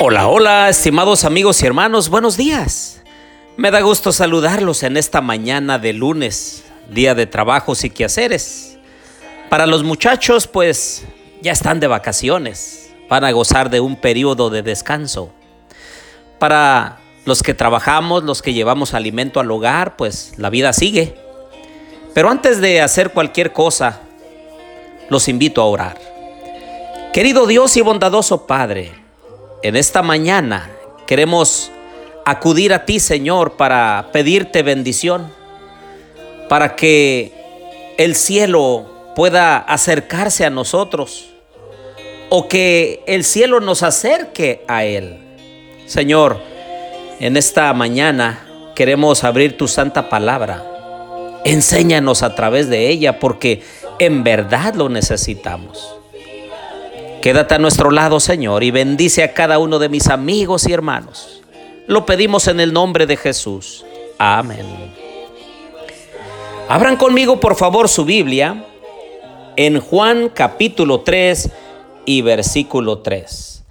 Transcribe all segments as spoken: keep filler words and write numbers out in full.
Hola, hola, estimados amigos y hermanos, buenos días. Me da gusto saludarlos en esta mañana de lunes, día de trabajos y quehaceres. Para los muchachos, pues, ya están de vacaciones, van a gozar de un periodo de descanso. Para los que trabajamos, los que llevamos alimento al hogar, pues, la vida sigue. Pero antes de hacer cualquier cosa, los invito a orar. Querido Dios y bondadoso Padre, en esta mañana queremos acudir a ti, Señor, para pedirte bendición, para que el cielo pueda acercarse a nosotros o que el cielo nos acerque a Él. Señor, en esta mañana queremos abrir tu santa palabra. Enséñanos a través de ella porque en verdad lo necesitamos. Quédate a nuestro lado, Señor, y bendice a cada uno de mis amigos y hermanos. Lo pedimos en el nombre de Jesús. Amén. Abran conmigo, por favor, su Biblia en Juan capítulo tres y versículo tres.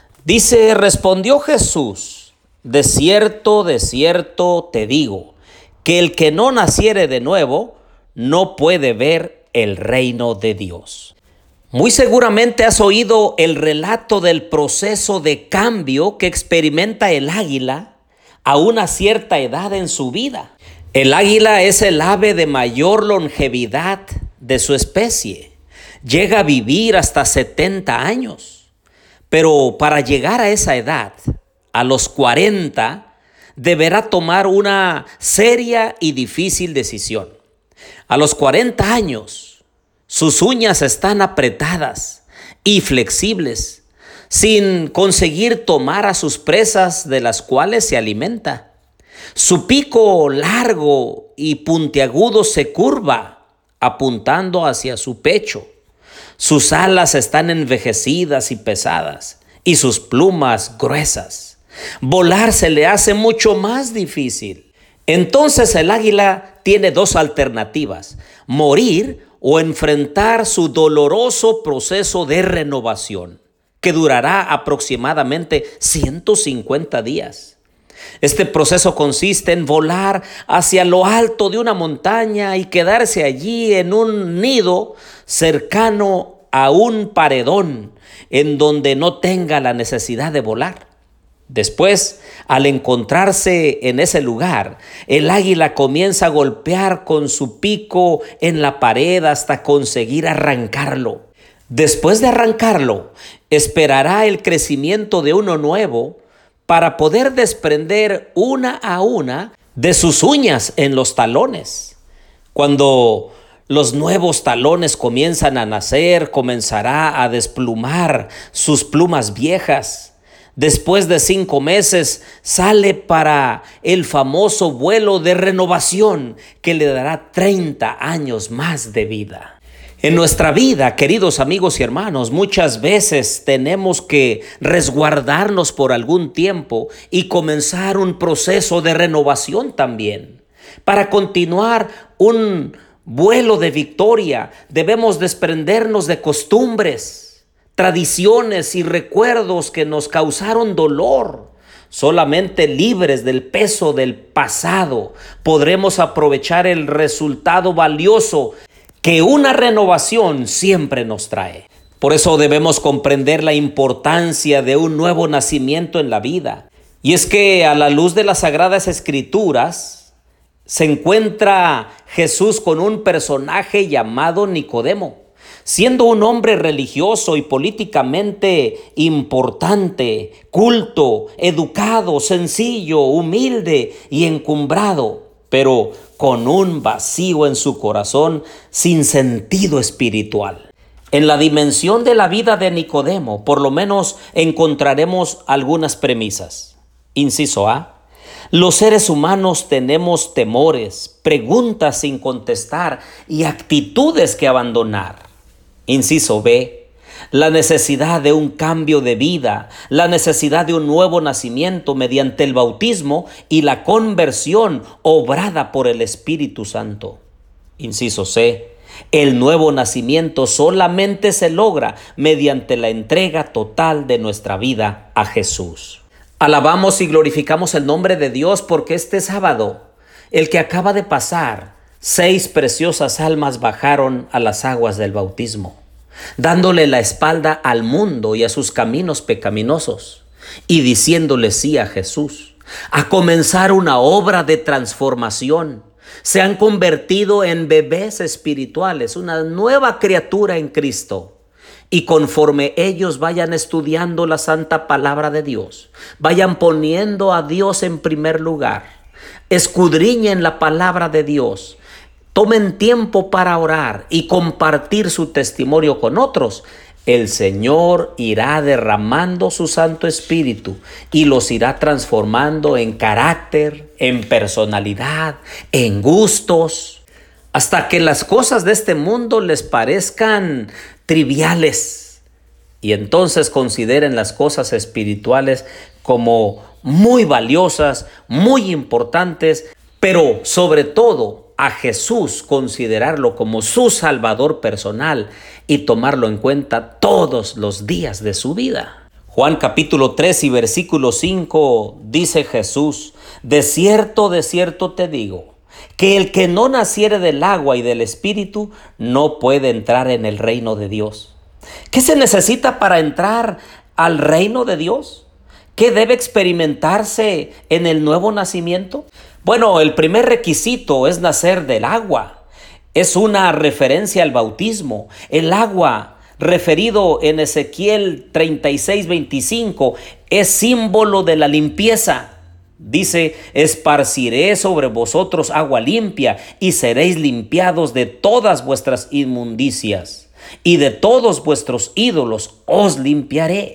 Dice, respondió Jesús, de cierto, de cierto te digo, que el que no naciere de nuevo no puede ver el reino de Dios. Muy seguramente has oído el relato del proceso de cambio que experimenta el águila a una cierta edad en su vida. El águila es el ave de mayor longevidad de su especie. Llega a vivir hasta setenta años. Pero para llegar a esa edad, a los cuarenta, deberá tomar una seria y difícil decisión. A los cuarenta años, sus uñas están apretadas y flexibles, sin conseguir tomar a sus presas de las cuales se alimenta. Su pico largo y puntiagudo se curva, apuntando hacia su pecho. Sus alas están envejecidas y pesadas, y sus plumas gruesas. Volar se le hace mucho más difícil. Entonces el águila tiene dos alternativas: morir o enfrentar su doloroso proceso de renovación, que durará aproximadamente ciento cincuenta días. Este proceso consiste en volar hacia lo alto de una montaña y quedarse allí en un nido cercano a un paredón en donde no tenga la necesidad de volar. Después, al encontrarse en ese lugar, el águila comienza a golpear con su pico en la pared hasta conseguir arrancarlo. Después de arrancarlo, esperará el crecimiento de uno nuevo para poder desprender una a una de sus uñas en los talones. Cuando los nuevos talones comienzan a nacer, comenzará a desplumar sus plumas viejas. Después de cinco meses sale para el famoso vuelo de renovación que le dará treinta años más de vida. En nuestra vida, queridos amigos y hermanos, muchas veces tenemos que resguardarnos por algún tiempo y comenzar un proceso de renovación también. Para continuar un vuelo de victoria, debemos desprendernos de costumbres, tradiciones y recuerdos que nos causaron dolor. Solamente libres del peso del pasado podremos aprovechar el resultado valioso que una renovación siempre nos trae. Por eso debemos comprender la importancia de un nuevo nacimiento en la vida. Y es que a la luz de las Sagradas Escrituras se encuentra Jesús con un personaje llamado Nicodemo. Siendo un hombre religioso y políticamente importante, culto, educado, sencillo, humilde y encumbrado, pero con un vacío en su corazón sin sentido espiritual. En la dimensión de la vida de Nicodemo, por lo menos encontraremos algunas premisas. Inciso A. Los seres humanos tenemos temores, preguntas sin contestar y actitudes que abandonar. Inciso B, la necesidad de un cambio de vida, la necesidad de un nuevo nacimiento mediante el bautismo y la conversión obrada por el Espíritu Santo. Inciso C, El nuevo nacimiento solamente se logra mediante la entrega total de nuestra vida a Jesús. Alabamos y glorificamos el nombre de Dios porque este sábado, el que acaba de pasar, seis preciosas almas bajaron a las aguas del bautismo, dándole la espalda al mundo y a sus caminos pecaminosos y diciéndole sí a Jesús, a comenzar una obra de transformación. Se han convertido en bebés espirituales, una nueva criatura en Cristo. Y conforme ellos vayan estudiando la santa palabra de Dios, vayan poniendo a Dios en primer lugar, escudriñen la palabra de Dios, tomen tiempo para orar y compartir su testimonio con otros, el Señor irá derramando su Santo Espíritu y los irá transformando en carácter, en personalidad, en gustos, hasta que las cosas de este mundo les parezcan triviales. Y entonces consideren las cosas espirituales como muy valiosas, muy importantes, pero sobre todo a Jesús considerarlo como su Salvador personal y tomarlo en cuenta todos los días de su vida. Juan capítulo tres y versículo cinco dice Jesús: de cierto, de cierto te digo, que el que no naciere del agua y del Espíritu no puede entrar en el reino de Dios. ¿Qué se necesita para entrar al reino de Dios? ¿Qué debe experimentarse en el nuevo nacimiento? Bueno, el primer requisito es nacer del agua. Es una referencia al bautismo. El agua, referido en Ezequiel treinta y seis, veinticinco, es símbolo de la limpieza. Dice: esparciré sobre vosotros agua limpia y seréis limpiados de todas vuestras inmundicias y de todos vuestros ídolos os limpiaré.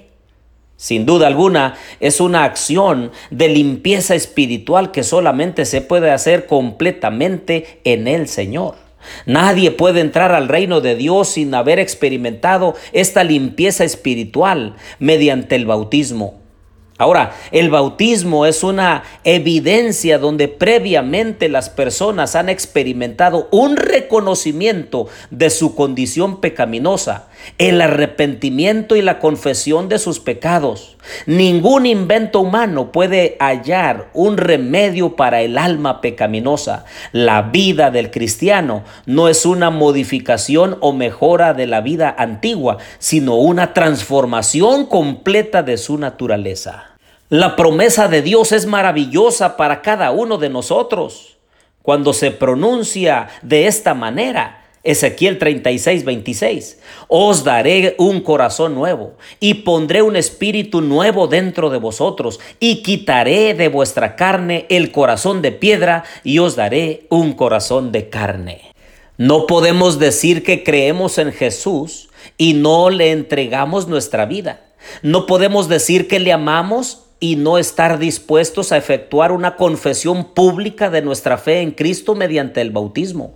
Sin duda alguna, es una acción de limpieza espiritual que solamente se puede hacer completamente en el Señor. Nadie puede entrar al reino de Dios sin haber experimentado esta limpieza espiritual mediante el bautismo. Ahora, el bautismo es una evidencia donde previamente las personas han experimentado un reconocimiento de su condición pecaminosa, el arrepentimiento y la confesión de sus pecados. Ningún invento humano puede hallar un remedio para el alma pecaminosa. La vida del cristiano no es una modificación o mejora de la vida antigua, sino una transformación completa de su naturaleza. La promesa de Dios es maravillosa para cada uno de nosotros. Cuando se pronuncia de esta manera, Ezequiel treinta y seis, veintiséis, os daré un corazón nuevo y pondré un espíritu nuevo dentro de vosotros y quitaré de vuestra carne el corazón de piedra y os daré un corazón de carne. No podemos decir que creemos en Jesús y no le entregamos nuestra vida. No podemos decir que le amamos y no estar dispuestos a efectuar una confesión pública de nuestra fe en Cristo mediante el bautismo.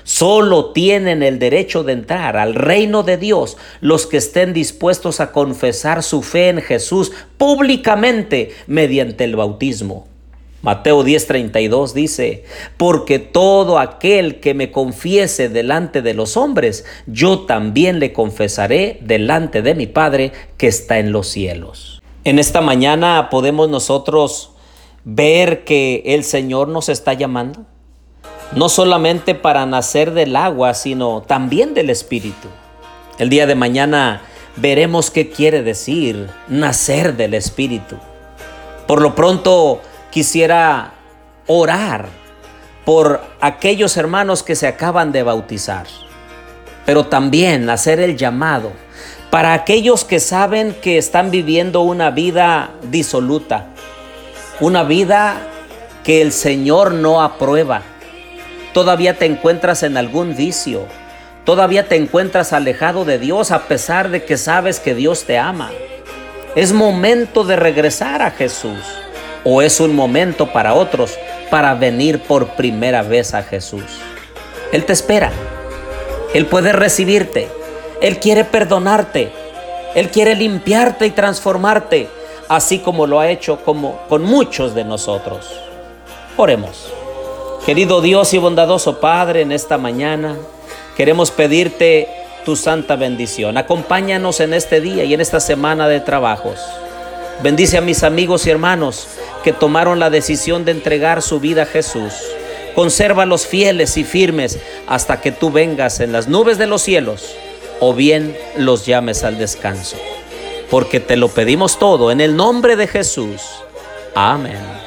Solo tienen el derecho de entrar al reino de Dios los que estén dispuestos a confesar su fe en Jesús públicamente mediante el bautismo. Mateo diez, treinta y dos dice: porque todo aquel que me confiese delante de los hombres, yo también le confesaré delante de mi Padre que está en los cielos. En esta mañana podemos nosotros ver que el Señor nos está llamando, no solamente para nacer del agua, sino también del Espíritu. El día de mañana veremos qué quiere decir nacer del Espíritu. Por lo pronto quisiera orar por aquellos hermanos que se acaban de bautizar, pero también hacer el llamado para aquellos que saben que están viviendo una vida disoluta, una vida que el Señor no aprueba. Todavía te encuentras en algún vicio, todavía te encuentras alejado de Dios a pesar de que sabes que Dios te ama. Es momento de regresar a Jesús, o es un momento para otros para venir por primera vez a Jesús. Él te espera, Él puede recibirte, Él quiere perdonarte, Él quiere limpiarte y transformarte, así como lo ha hecho como con muchos de nosotros. Oremos. Querido Dios y bondadoso Padre, en esta mañana queremos pedirte tu santa bendición. Acompáñanos en este día y en esta semana de trabajos. Bendice a mis amigos y hermanos que tomaron la decisión de entregar su vida a Jesús. Consérvalos fieles y firmes hasta que tú vengas en las nubes de los cielos o bien los llames al descanso. Porque te lo pedimos todo en el nombre de Jesús. Amén.